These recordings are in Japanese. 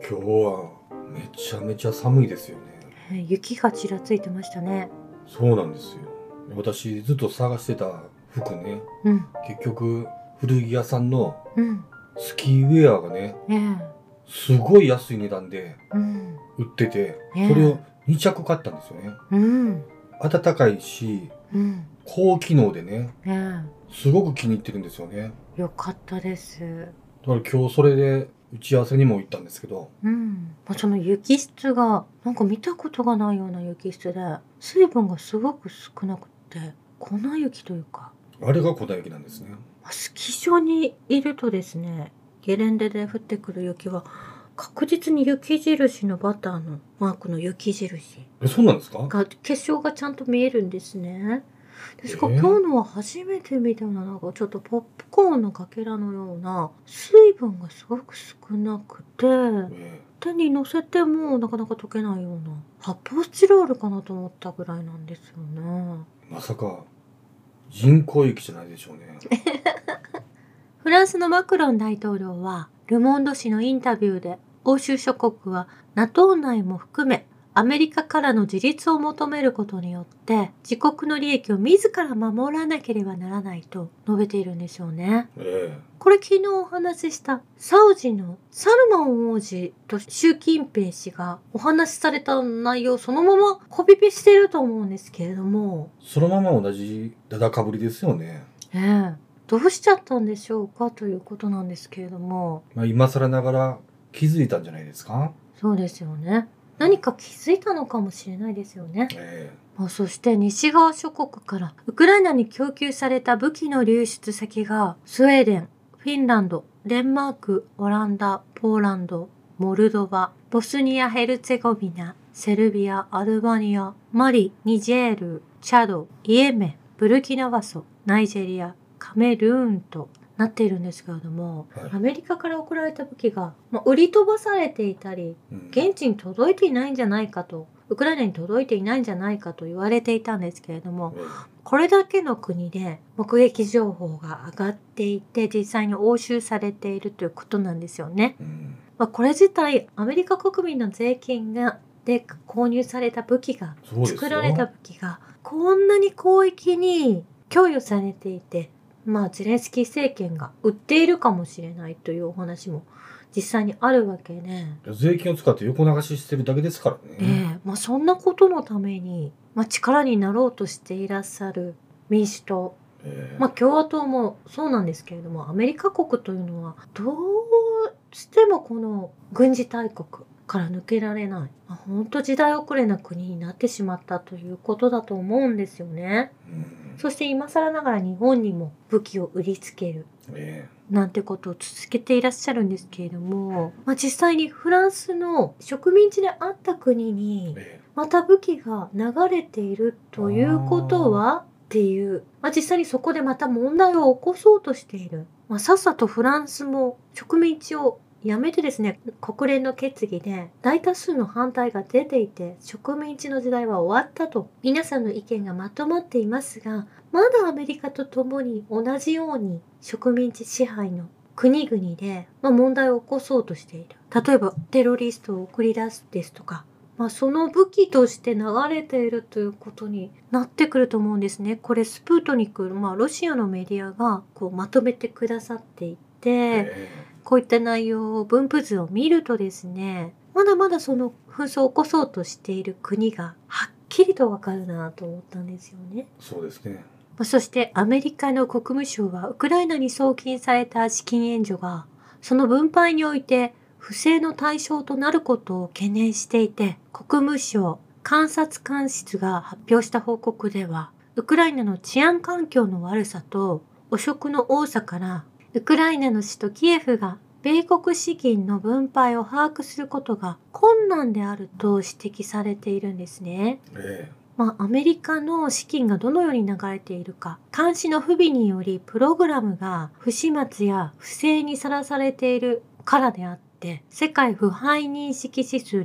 今日はめちゃめちゃ寒いですよね。 雪がちらついてましたね。 そうなんですよ。私ずっと探してた服ね、 うん。 結局古着屋さんのうん。 スキーウェアがね、すごい安い値段で売ってて、それを2着買ったんですよね。 うん。 暖かいし、高機能でね、すごく気に入ってるんですよね。 よかったです。 だから今日それで打ち合わせにも行ったんですけど、 その雪質がなんか見たことがないような雪質で、水分がすごく少なくて粉雪というか、 あれが粉雪なんですね。 スキー場にいるとですね、ゲレンデで降ってくる雪は確実に雪印のバターのマークの雪印そうなんですか？ が結晶がちゃんと見えるんですね。ですから今日のは初めて見たような、なんかちょっとポップコーンのかけらのような水分がすごく少なくて、手に乗せてもなかなか溶けないような発泡スチロールかなと思ったぐらいなんですよね。 まさか人工雪じゃないでしょうね。 フランスのマクロン大統領はルモンド紙のインタビューで、欧州諸国は NATO 内も含めアメリカからの自立を求めることによって自国の利益を自ら守らなければならないと述べているんでしょうね。これ昨日お話ししたサウジのサルマン王子と習近平氏がお話しされた内容そのままコピペしていると思うんですけれども、 そのまま同じダダかぶりですよね。 どうしちゃったんでしょうかということなんですけれども、 今更ながら気づいたんじゃないですか？ そうですよね。何か気づいたのかもしれないですよね。そして西側諸国からウクライナに供給された武器の流出先がスウェーデン、フィンランド、デンマーク、オランダ、ポーランド、モルドバ、ボスニア・ヘルツェゴビナ、セルビア、アルバニア、マリ、ニジェール、チャド、イエメン、ブルキナファソ、ナイジェリア、カメルーンとなっているんですけれども、アメリカから送られた武器が、売り飛ばされていたり、現地に届いていないんじゃないかと、ウクライナに届いていないんじゃないかと言われていたんですけれども、これだけの国で目撃情報が上がっていて、実際に押収されているということなんですよね。これ自体、アメリカ国民の税金で購入された武器が、作られた武器が、こんなに広域に供与されていて、ゼレンスキー政権が売っているかもしれないというお話も実際にあるわけで、 税金を使って横流ししてるだけですからね。 そんなことのために、力になろうとしていらっしゃる民主党、共和党もそうなんですけれども、アメリカ国というのはどうしてもこの軍事大国から抜けられない、本当時代遅れな国になってしまったということだと思うんですよね。そして今更ながら日本にも武器を売りつけるなんてことを続けていらっしゃるんですけれども、実際にフランスの植民地であった国にまた武器が流れているということはっていう、実際にそこでまた問題を起こそうとしている。さっさとフランスも植民地をやめてですね、国連の決議で大多数の反対が出ていて、植民地の時代は終わったと皆さんの意見がまとまっていますが、まだアメリカと共に同じように植民地支配の国々で、問題を起こそうとしている。例えばテロリストを送り出すですとか、その武器として流れているということになってくると思うんですね。これスプートニク、ロシアのメディアがまとめてくださっていて、こういった内容を分布図を見るとですね、まだまだその紛争を起こそうとしている国がはっきりとわかるなと思ったんですよね。 そうですね。 そしてアメリカの国務省はウクライナに送金された資金援助がその分配において不正の対象となることを懸念していて、国務省監察官室が発表した報告では、ウクライナの治安環境の悪さと汚職の多さからウクライナの首都キエフが米国資金の分配を把握することが困難であると指摘されているんですね。アメリカの資金がどのように流れているか、監視の不備によりプログラムが不始末や不正にさらされているからであって、世界腐敗認識指数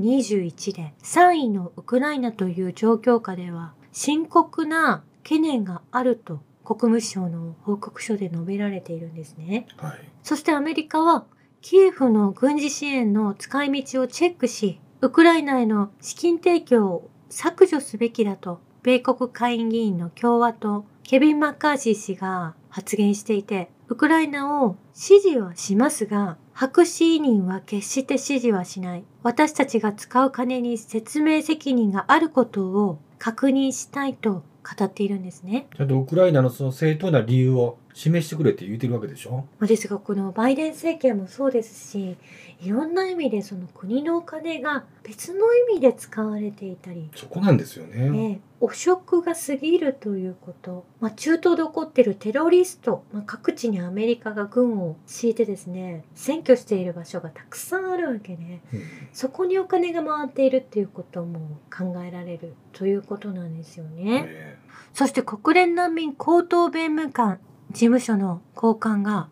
2021で3位のウクライナという状況下では深刻な懸念があると国務省の報告書で述べられているんですね。そしてアメリカはキエフの軍事支援の使い道をチェックし、ウクライナへの資金提供を削除すべきだと、米国下院議員の共和党、ケビン・マッカーシー氏が発言していて、ウクライナを支持はしますが、白紙委任は決して支持はしない。私たちが使う金に説明責任があることを確認したいと語っているんですね。 ちゃんとウクライナのその正当な理由を示してくれって言ってるわけでしょ。 ですが、このバイデン政権もそうですし、いろんな意味でその国のお金が別の意味で使われていたり、 そこなんですよね。 汚職が過ぎるということ、中東で起こっているテロリスト、各地にアメリカが軍を敷いてですね、占拠している場所がたくさんあるわけで、そこにお金が回っているっていうことも考えられるということなんですよね。そして国連難民高等弁務官事務所の高官が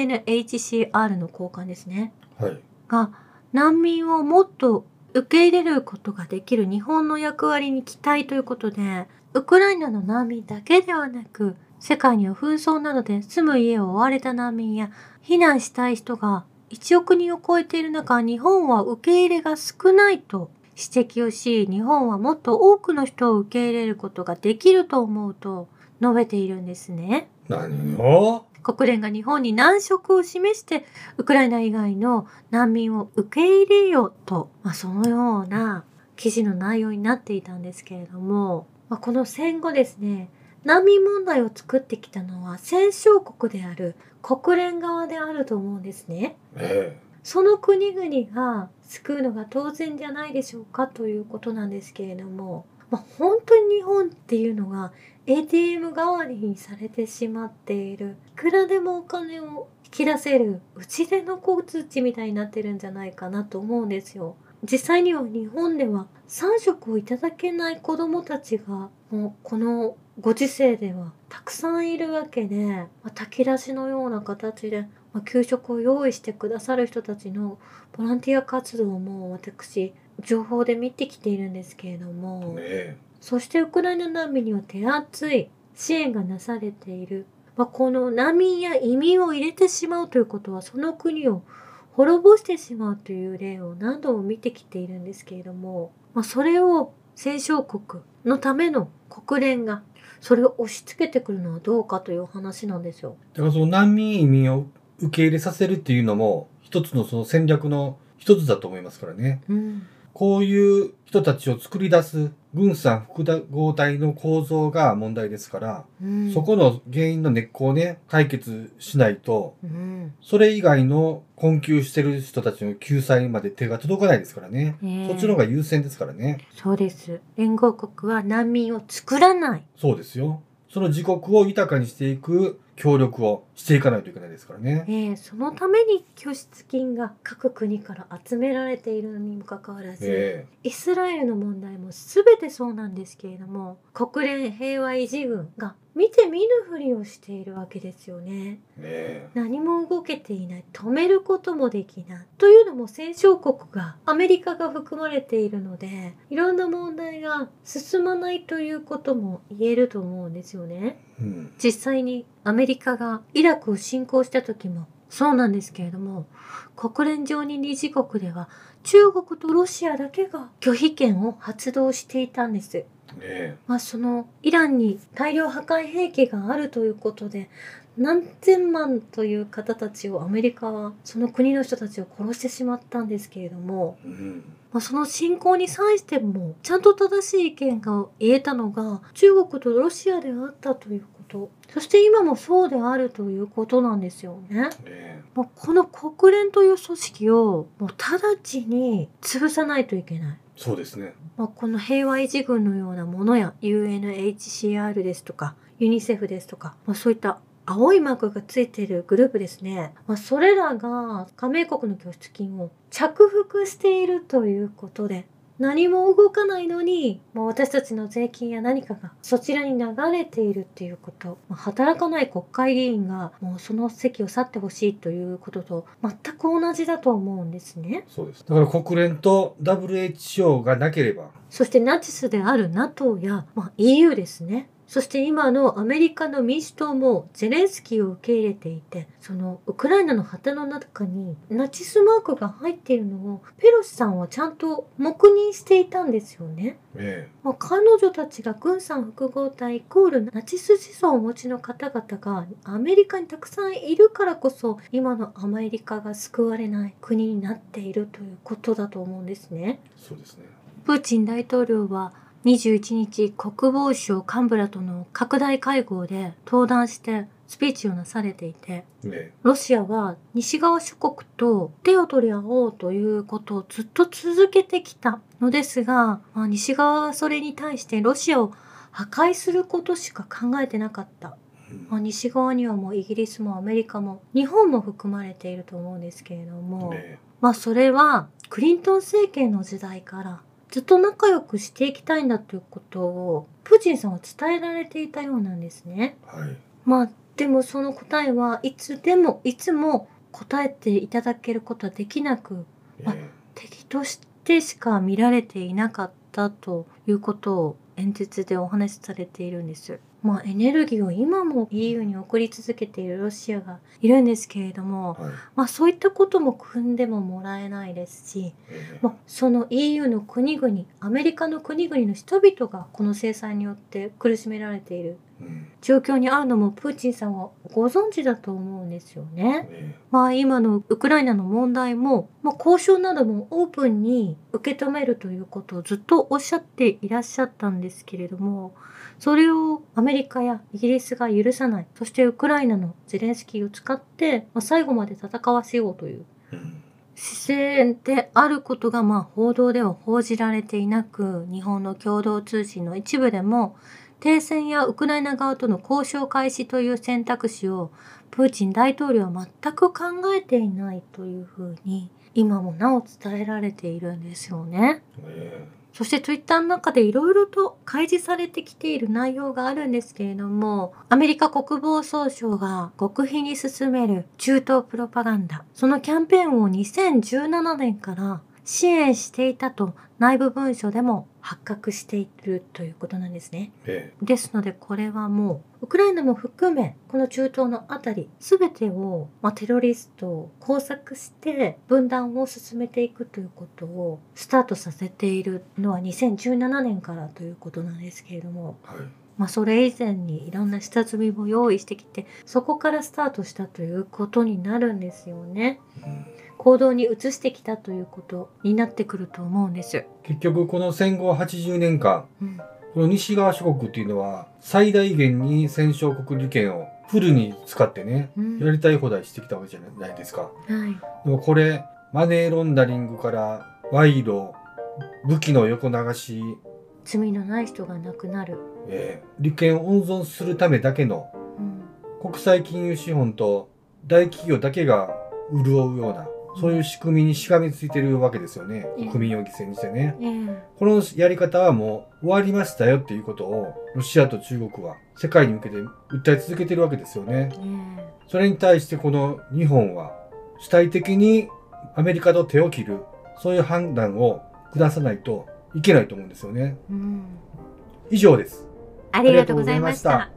UNHCR の高官ですね。が難民をもっと受け入れることができる日本の役割に期待ということで、ウクライナの難民だけではなく、世界には紛争などで住む家を追われた難民や避難したい人が1億人を超えている中、日本は受け入れが少ないと指摘をし、日本はもっと多くの人を受け入れることができると思うと述べているんですね。 何を？ 国連が日本に難色を示してウクライナ以外の難民を受け入れよと、そのような記事の内容になっていたんですけれども、この戦後ですね、難民問題を作ってきたのは戦勝国である国連側であると思うんですね。その国々が救うのが当然じゃないでしょうかということなんですけれども、本当に日本っていうのが ATM 代わりにされてしまっている、いくらでもお金を引き出せる打ち出の交通地みたいになってるんじゃないかなと思うんですよ。実際には日本では3食をいただけない子どもたちがもうこのご時世ではたくさんいるわけで、炊き出しのような形で給食を用意してくださる人たちのボランティア活動も私情報で見てきているんですけれども、そしてウクライナ難民には手厚い支援がなされている。この難民や移民を入れてしまうということはその国を滅ぼしてしまうという例を何度も見てきているんですけれども、それを戦勝国のための国連がそれを押し付けてくるのはどうかという話なんですよ。 だからその難民移民を受け入れさせるっていうのも一つのその戦略の一つだと思いますからね。こういう人たちを作り出す軍産複合体の構造が問題ですから、そこの原因の根っこをね、解決しないと、それ以外の困窮してる人たちの救済まで手が届かないですからね。そっちの方が優先ですからね。 そうです。連合国は難民を作らない。 そうですよ。その自国を豊かにしていく協力をしていかないといけないですからね。 そのために拠出金が各国から集められているにもかかわらず、イスラエルの問題も全てそうなんですけれども、国連平和維持軍が見て見ぬふりをしているわけですよね。何も動けていない、止めることもできない。というのも戦勝国がアメリカが含まれているので、いろんな問題が進まないということも言えると思うんですよね。実際にアメリカがイラクを侵攻した時もそうなんですけれども、国連常任理事国では中国とロシアだけが拒否権を発動していたんです。そのイランに大量破壊兵器があるということで、何千万という方たちをアメリカはその国の人たちを殺してしまったんですけれども、その侵攻に際してもちゃんと正しい意見が言えたのが中国とロシアであったということ、そして今もそうであるということなんですよね。この国連という組織をもう直ちに潰さないといけない。 そうですね。 この平和維持軍のようなものや UNHCR ですとかユニセフですとか、そういった青いマークがついているグループですね。それらが加盟国の拠出金を着服しているということで、何も動かないのに、私たちの税金や何かがそちらに流れているっていうこと、働かない国会議員がもうその席を去ってほしいということと全く同じだと思うんですね。 そうです。だから国連と WHO がなければ、 そしてナチスである NATO や、EU ですね。 そして今のアメリカの民主党もゼレンスキーを受け入れていて、そのウクライナの旗の中にナチスマークが入っているのをペロシさんはちゃんと黙認していたんですよね。彼女たちが軍産複合体イコールナチス思想をお持ちの方々がアメリカにたくさんいるからこそ、今のアメリカが救われない国になっているということだと思うんですね。 そうですね。 プーチン大統領は21日、国防省幹部らとの拡大会合で登壇してスピーチをなされていて、ロシアは西側諸国と手を取り合おうということをずっと続けてきたのですが、西側はそれに対してロシアを破壊することしか考えてなかった。西側にはもうイギリスもアメリカも日本も含まれていると思うんですけれども、それはクリントン政権の時代からずっと仲良くしていきたいんだということをプーチンさんは伝えられていたようなんですね。でもその答えはいつも答えていただけることはできなく、敵としてしか見られていなかったということを演説でお話しされているんです。エネルギーを今も EU に送り続けているロシアがいるんですけれども、そういったことも汲んでももらえないですし、その EU の国々、アメリカの国々の人々がこの制裁によって苦しめられている状況にあるのもプーチンさんはご存知だと思うんですよね。今のウクライナの問題も、交渉などもオープンに受け止めるということをずっとおっしゃっていらっしゃったんですけれども、それをアメリカやイギリスが許さない。そしてウクライナのゼレンスキーを使って、最後まで戦わせようという姿勢であることが報道では報じられていなく、日本の共同通信の一部でも停戦やウクライナ側との交渉開始という選択肢をプーチン大統領は全く考えていないというふうに今もなお伝えられているんですよね。そしてツイッターの中でいろいろと開示されてきている内容があるんですけれども、アメリカ国防総省が極秘に進める中東プロパガンダ、そのキャンペーンを2017年から支援していたと内部文書でも発覚しているということなんですね。ですのでこれはもうウクライナも含めこの中東のあたり全てを、テロリストを工作して分断を進めていくということをスタートさせているのは2017年からということなんですけれども、それ以前にいろんな下積みも用意してきて、そこからスタートしたということになるんですよね。行動に移してきたということになってくると思うんです。 結局この戦後80年間、この西側諸国っていうのは最大限に戦勝国利権をフルに使ってね、やりたい放題してきたわけじゃないですか。でもこれマネーロンダリングから賄賂、武器の横流し、 罪のない人が亡くなる、 利権を温存するためだけの、国際金融資本と大企業だけが潤うようなそういう仕組みにしがみついてるわけですよね。国民を犠牲にしてね。このやり方はもう終わりましたよっていうことをロシアと中国は世界に向けて訴え続けてるわけですよね。それに対してこの日本は主体的にアメリカと手を切る、そういう判断を下さないといけないと思うんですよね。以上です。 ありがとうございました。